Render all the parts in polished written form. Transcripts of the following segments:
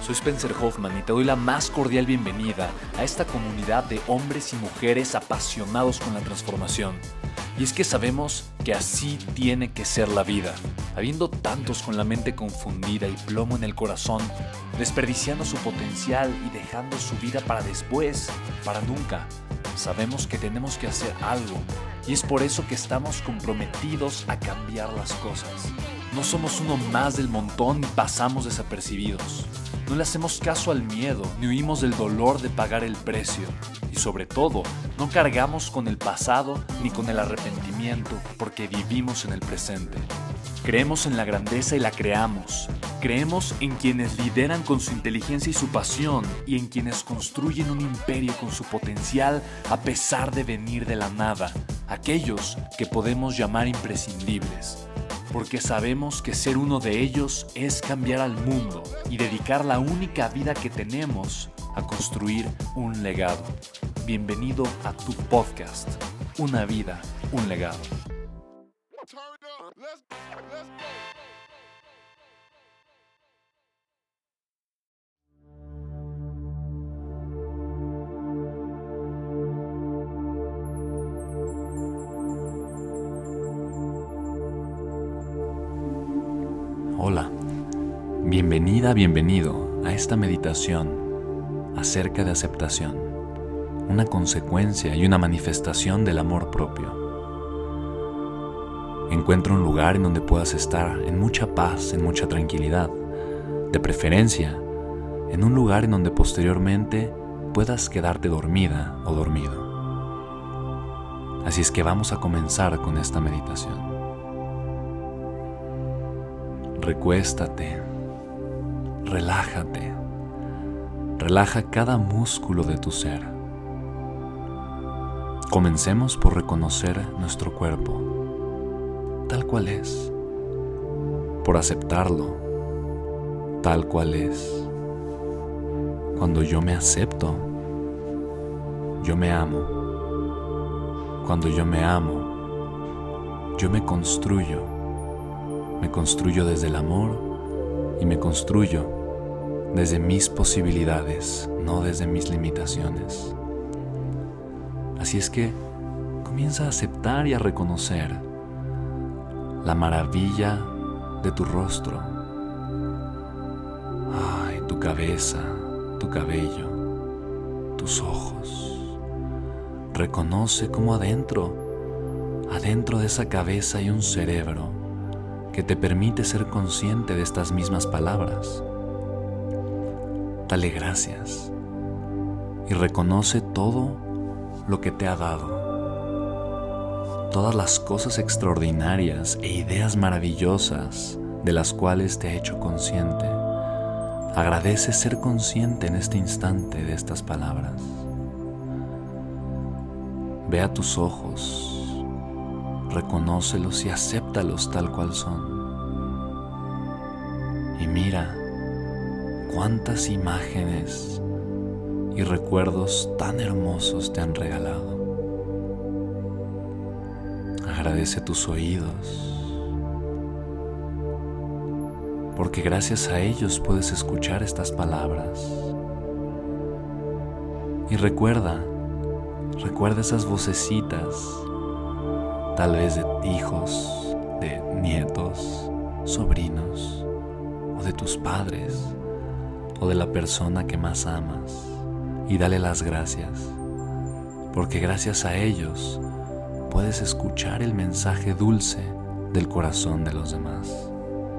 Soy Spencer Hoffman y te doy la más cordial bienvenida a esta comunidad de hombres y mujeres apasionados con la transformación. Y es que sabemos que así tiene que ser la vida, habiendo tantos con la mente confundida y plomo en el corazón, desperdiciando su potencial y dejando su vida para después, para nunca. Sabemos que tenemos que hacer algo y es por eso que estamos comprometidos a cambiar las cosas. No somos uno más del montón y pasamos desapercibidos. No le hacemos caso al miedo ni huimos del dolor de pagar el precio. Y sobre todo, no cargamos con el pasado ni con el arrepentimiento porque vivimos en el presente. Creemos en la grandeza y la creamos. Creemos en quienes lideran con su inteligencia y su pasión y en quienes construyen un imperio con su potencial a pesar de venir de la nada. Aquellos que podemos llamar imprescindibles. Porque sabemos que ser uno de ellos es cambiar al mundo y dedicar la única vida que tenemos a construir un legado. Bienvenido a tu podcast, Una vida, un legado. Hola, bienvenida, bienvenido a esta meditación acerca de aceptación, una consecuencia y una manifestación del amor propio. Encuentra un lugar en donde puedas estar en mucha paz, en mucha tranquilidad, de preferencia en un lugar en donde posteriormente puedas quedarte dormida o dormido. Así es que vamos a comenzar con esta meditación. Recuéstate, relájate, relaja cada músculo de tu ser. Comencemos por reconocer nuestro cuerpo, tal cual es, por aceptarlo, tal cual es. Cuando yo me acepto, yo me amo. Cuando yo me amo, yo me construyo. Me construyo desde el amor y me construyo desde mis posibilidades, no desde mis limitaciones. Así es que comienza a aceptar y a reconocer la maravilla de tu rostro. Ay, tu cabeza, tu cabello, tus ojos. Reconoce cómo adentro de esa cabeza hay un cerebro que te permite ser consciente de estas mismas palabras. Dale gracias y reconoce todo lo que te ha dado, todas las cosas extraordinarias e ideas maravillosas de las cuales te ha hecho consciente. Agradece ser consciente en este instante de estas palabras. Ve a tus ojos, reconócelos y acéptalos tal cual son. Y mira cuántas imágenes y recuerdos tan hermosos te han regalado. Agradece tus oídos, porque gracias a ellos puedes escuchar estas palabras. Y recuerda esas vocecitas, tal vez de hijos, de nietos, sobrinos, o de tus padres, o de la persona que más amas, y dale las gracias, porque gracias a ellos puedes escuchar el mensaje dulce del corazón de los demás.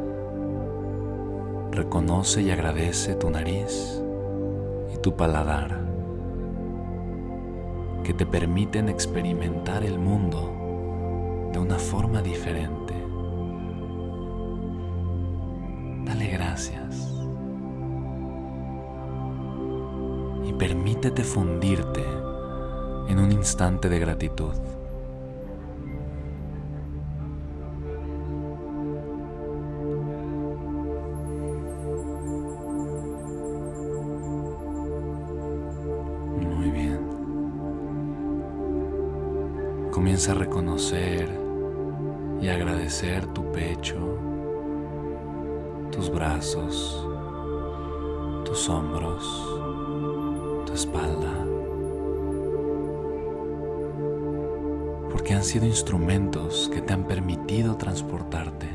Reconoce y agradece tu nariz y tu paladar, que te permiten experimentar el mundo de una forma diferente. Dale gracias y permítete fundirte en un instante de gratitud. Muy bien. Comienza a reconocer y agradecer tu pecho, tus brazos, tus hombros, tu espalda, porque han sido instrumentos que te han permitido transportarte.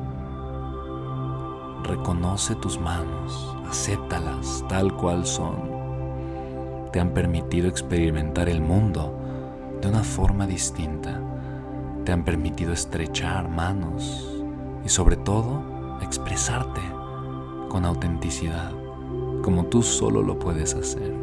Reconoce tus manos, acéptalas tal cual son. Te han permitido experimentar el mundo de una forma distinta. Te han permitido estrechar manos y sobre todo expresarte con autenticidad, como tú solo lo puedes hacer.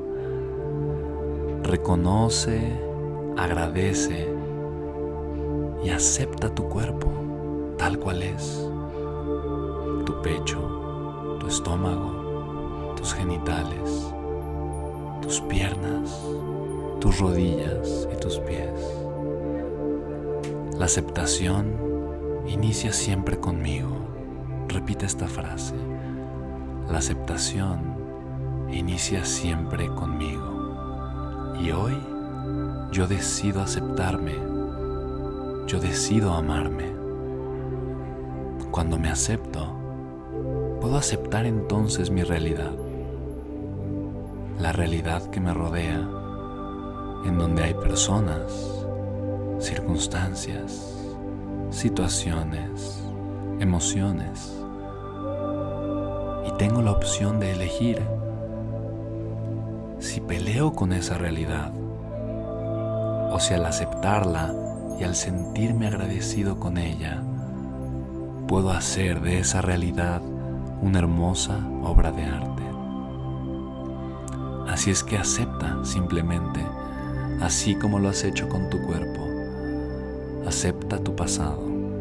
Reconoce, agradece y acepta tu cuerpo tal cual es. Tu pecho, tu estómago, tus genitales, tus piernas, tus rodillas y tus pies. La aceptación inicia siempre conmigo. Repite esta frase. La aceptación inicia siempre conmigo. Y hoy yo decido aceptarme. Yo decido amarme. Cuando me acepto, puedo aceptar entonces mi realidad. La realidad que me rodea, en donde hay personas, circunstancias, situaciones, emociones. Y tengo la opción de elegir si peleo con esa realidad o si al aceptarla y al sentirme agradecido con ella, puedo hacer de esa realidad una hermosa obra de arte. Así es que acepta simplemente, así como lo has hecho con tu cuerpo. Acepta tu pasado.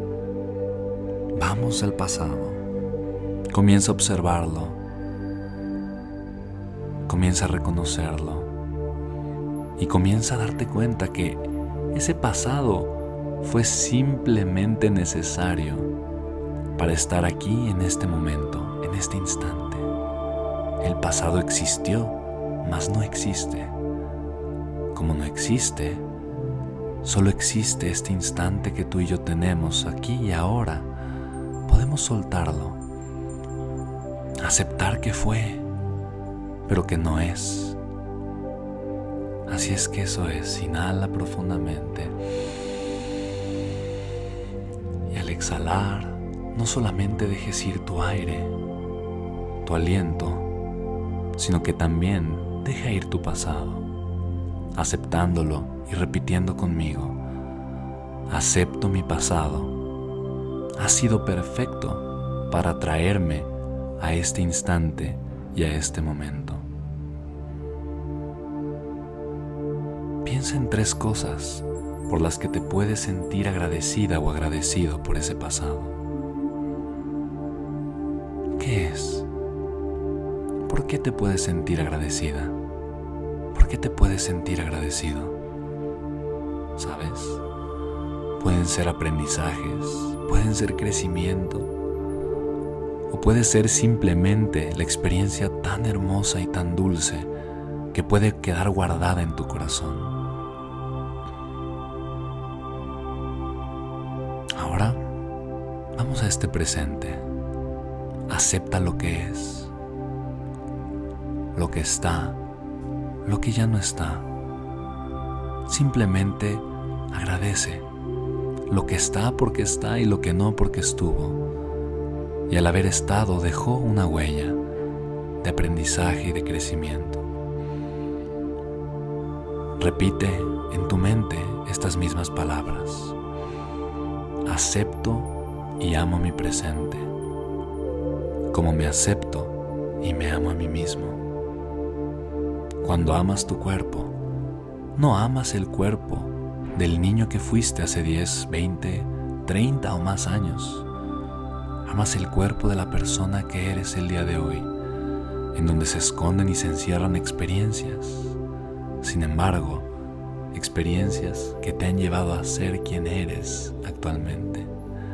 Vamos al pasado. Comienza a observarlo. Comienza a reconocerlo. Y comienza a darte cuenta que ese pasado fue simplemente necesario para estar aquí en este momento, en este instante. El pasado existió, mas no existe. Como no existe, solo existe este instante que tú y yo tenemos aquí y ahora. Podemos soltarlo, aceptar que fue, pero que no es. Así es que eso es. Inhala profundamente y al exhalar, no solamente dejes ir tu aire, tu aliento, sino que también deja ir tu pasado, aceptándolo y repitiendo conmigo. Acepto mi pasado. Ha sido perfecto para traerme a este instante y a este momento. Piensa en 3 cosas por las que te puedes sentir agradecida o agradecido por ese pasado. ¿Qué es? ¿Por qué te puedes sentir agradecida? ¿Por qué te puedes sentir agradecido? ¿Sabes? Pueden ser aprendizajes, pueden ser crecimiento, o puede ser simplemente la experiencia tan hermosa y tan dulce que puede quedar guardada en tu corazón. Ahora, vamos a este presente. Acepta lo que es, lo que está, lo que ya no está. Simplemente agradece lo que está porque está y lo que no porque estuvo. Y al haber estado dejó una huella de aprendizaje y de crecimiento. Repite en tu mente estas mismas palabras. Acepto y amo mi presente, como me acepto y me amo a mí mismo. Cuando amas tu cuerpo, no amas el cuerpo del niño que fuiste hace 10, 20, 30 o más años. Amas el cuerpo de la persona que eres el día de hoy, en donde se esconden y se encierran experiencias. Sin embargo, experiencias que te han llevado a ser quien eres actualmente.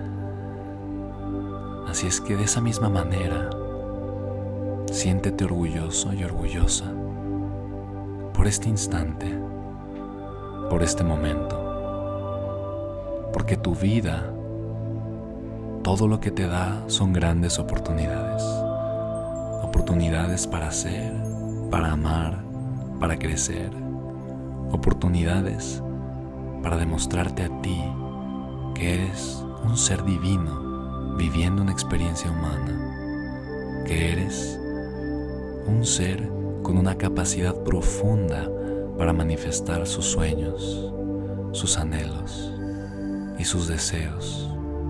Así es que de esa misma manera, siéntete orgulloso y orgullosa por este instante, por este momento, porque tu vida, todo lo que te da son grandes oportunidades Oportunidades para hacer, para amar, para crecer. Oportunidades para demostrarte a ti que eres un ser divino viviendo una experiencia humana, que eres un ser con una capacidad profunda para manifestar sus sueños, sus anhelos y sus deseos.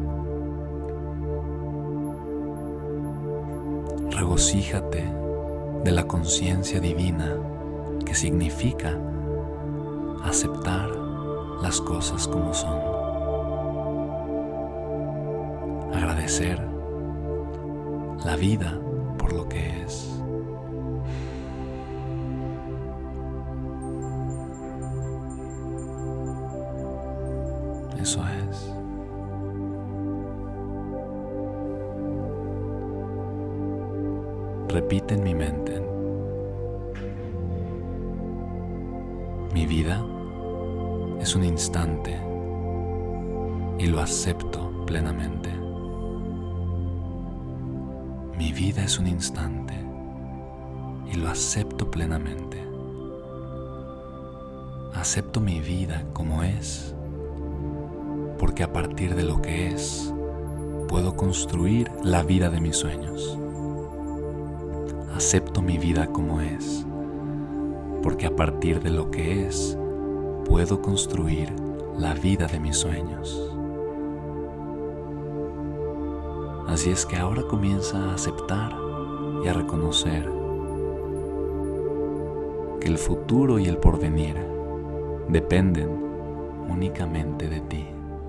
Regocíjate de la conciencia divina que significa aceptar las cosas como son. Agradecer la vida por lo que es. Eso es. Repite en mi mente: mi vida es un instante y lo acepto plenamente. Mi vida es un instante y lo acepto plenamente. Acepto mi vida como es, porque a partir de lo que es, puedo construir la vida de mis sueños. Acepto mi vida como es, porque a partir de lo que es, puedo construir la vida de mis sueños. Así es que ahora comienza a aceptar y a reconocer que el futuro y el porvenir dependen únicamente de ti.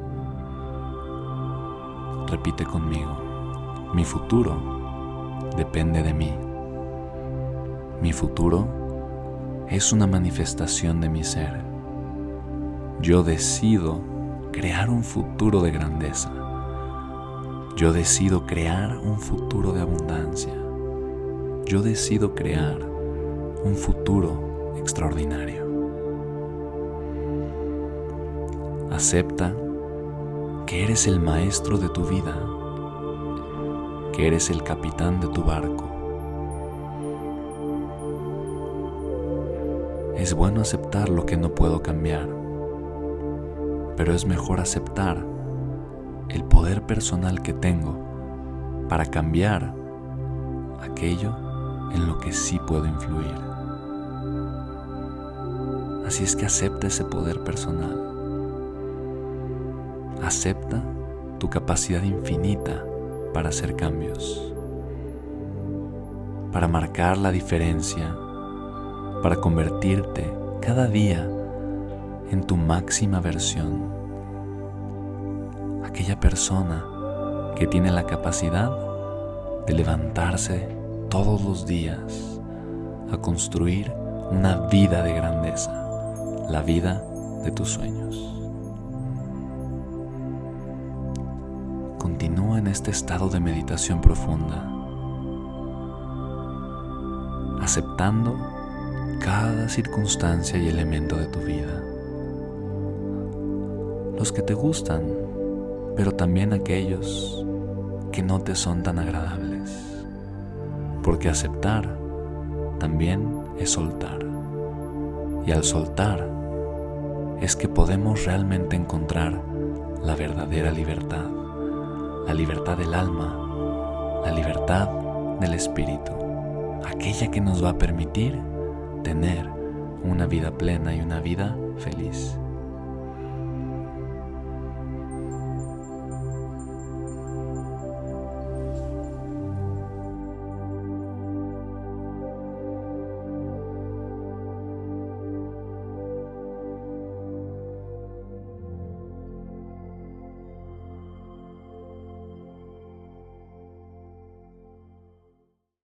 Repite conmigo: mi futuro depende de mí. Mi futuro es una manifestación de mi ser. Yo decido crear un futuro de grandeza. Yo decido crear un futuro de abundancia. Yo decido crear un futuro extraordinario. Acepta que eres el maestro de tu vida, que eres el capitán de tu barco. Es bueno aceptar lo que no puedo cambiar, pero es mejor aceptar el poder personal que tengo para cambiar aquello en lo que sí puedo influir. Así es que acepta ese poder personal. Acepta tu capacidad infinita para hacer cambios, para marcar la diferencia, para convertirte cada día en tu máxima versión. Aquella persona que tiene la capacidad de levantarse todos los días a construir una vida de grandeza, la vida de tus sueños. Continúa en este estado de meditación profunda, aceptando cada circunstancia y elemento de tu vida, los que te gustan, pero también aquellos que no te son tan agradables, porque aceptar también es soltar, y al soltar es que podemos realmente encontrar la verdadera libertad, la libertad del alma, la libertad del espíritu, aquella que nos va a permitir tener una vida plena y una vida feliz.